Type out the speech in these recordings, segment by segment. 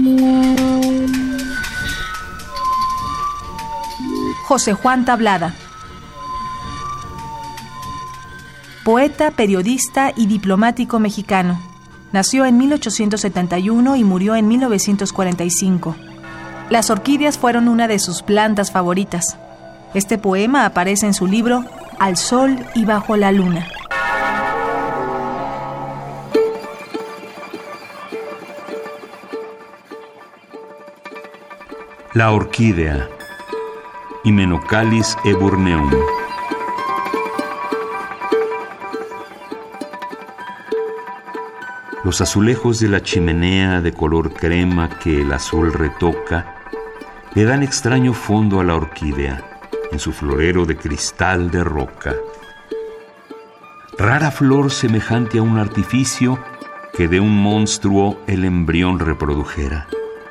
José Juan Tablada. Poeta, periodista y diplomático mexicano. Nació en 1871 y murió en 1945. Las orquídeas fueron una de sus plantas favoritas. Este poema aparece en su libro Al sol y bajo la luna. La orquídea, Hymenocallis eburneum. Los azulejos de la chimenea de color crema que el azul retoca le dan extraño fondo a la orquídea en su florero de cristal de roca. Rara flor semejante a un artificio que de un monstruo el embrión reprodujera.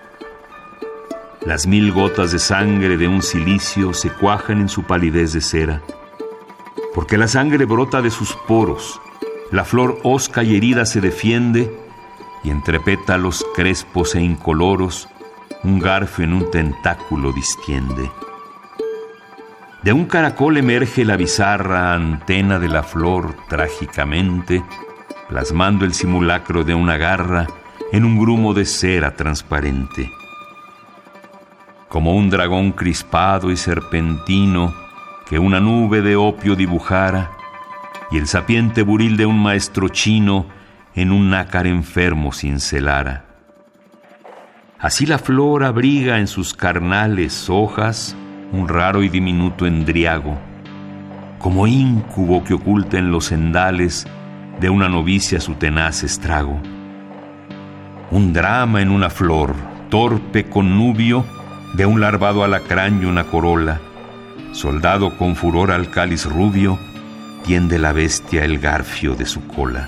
Las 1000 gotas de sangre de un cilicio se cuajan en su palidez de cera, porque la sangre brota de sus poros, la flor hosca y herida se defiende, y entre pétalos crespos e incoloros, un garfio en un tentáculo distiende. De un caracol emerge la bizarra antena de la flor trágicamente, plasmando el simulacro de una garra en un grumo de cera transparente. Como un dragón crispado y serpentino que una nube de opio dibujara, y el sapiente buril de un maestro chino en un nácar enfermo cincelara. Así la flor abriga en sus carnales hojas un raro y diminuto endriago, como íncubo que oculta en los cendales de una novicia su tenaz estrago. Un drama en una flor, torpe connubio de un larvado alacrán y una corola, soldado con furor al cáliz rubio, tiende la bestia el garfio de su cola.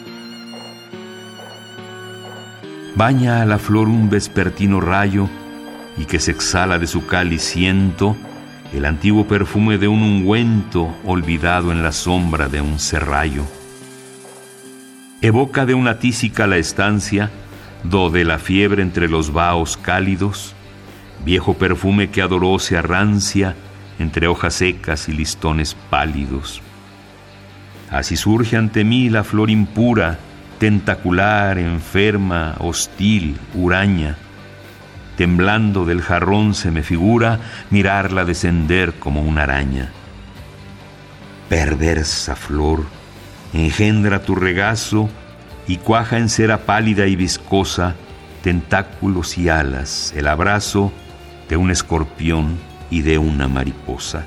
Baña a la flor un vespertino rayo, y que se exhala de su cáliz siento el antiguo perfume de un ungüento olvidado en la sombra de un serrallo. Evoca de una tísica la estancia, do de la fiebre entre los vaos cálidos, viejo perfume que adoró se arrancia entre hojas secas y listones pálidos. Así surge ante mí la flor impura, tentacular, enferma, hostil, huraña. Temblando del jarrón se me figura mirarla descender como una araña. Perversa flor, engendra tu regazo y cuaja en cera pálida y viscosa tentáculos y alas, el abrazo de un escorpión y de una mariposa.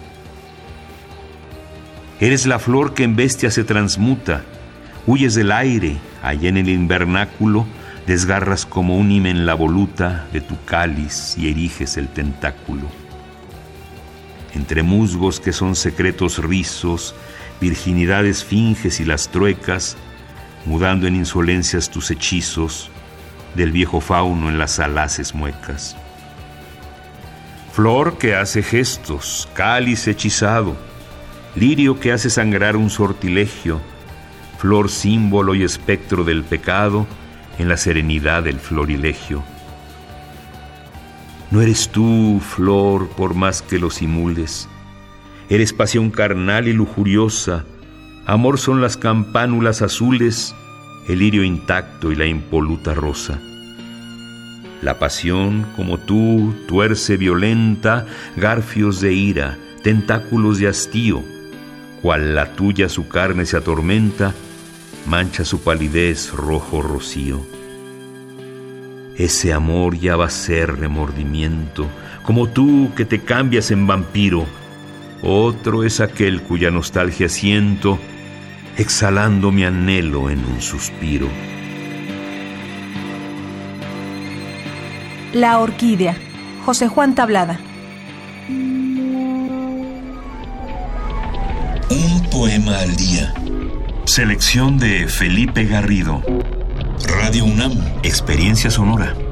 Eres la flor que en bestia se transmuta, huyes del aire, allá en el invernáculo, desgarras como un himen la voluta de tu cáliz y eriges el tentáculo. Entre musgos que son secretos rizos, virginidades finges y las truecas, mudando en insolencias tus hechizos, del viejo fauno en las alaces muecas. Flor que hace gestos, cáliz hechizado, lirio que hace sangrar un sortilegio, flor símbolo y espectro del pecado en la serenidad del florilegio. No eres tú, flor, por más que lo simules, eres pasión carnal y lujuriosa, amor son las campánulas azules, el lirio intacto y la impoluta rosa. La pasión, como tú, tuerce violenta garfios de ira, tentáculos de hastío, cual la tuya su carne se atormenta, mancha su palidez rojo rocío. Ese amor ya va a ser remordimiento, como tú que te cambias en vampiro. Otro es aquel cuya nostalgia siento, exhalando mi anhelo en un suspiro. La orquídea, José Juan Tablada. Un poema al día. Selección de Felipe Garrido. Radio UNAM. Experiencia sonora.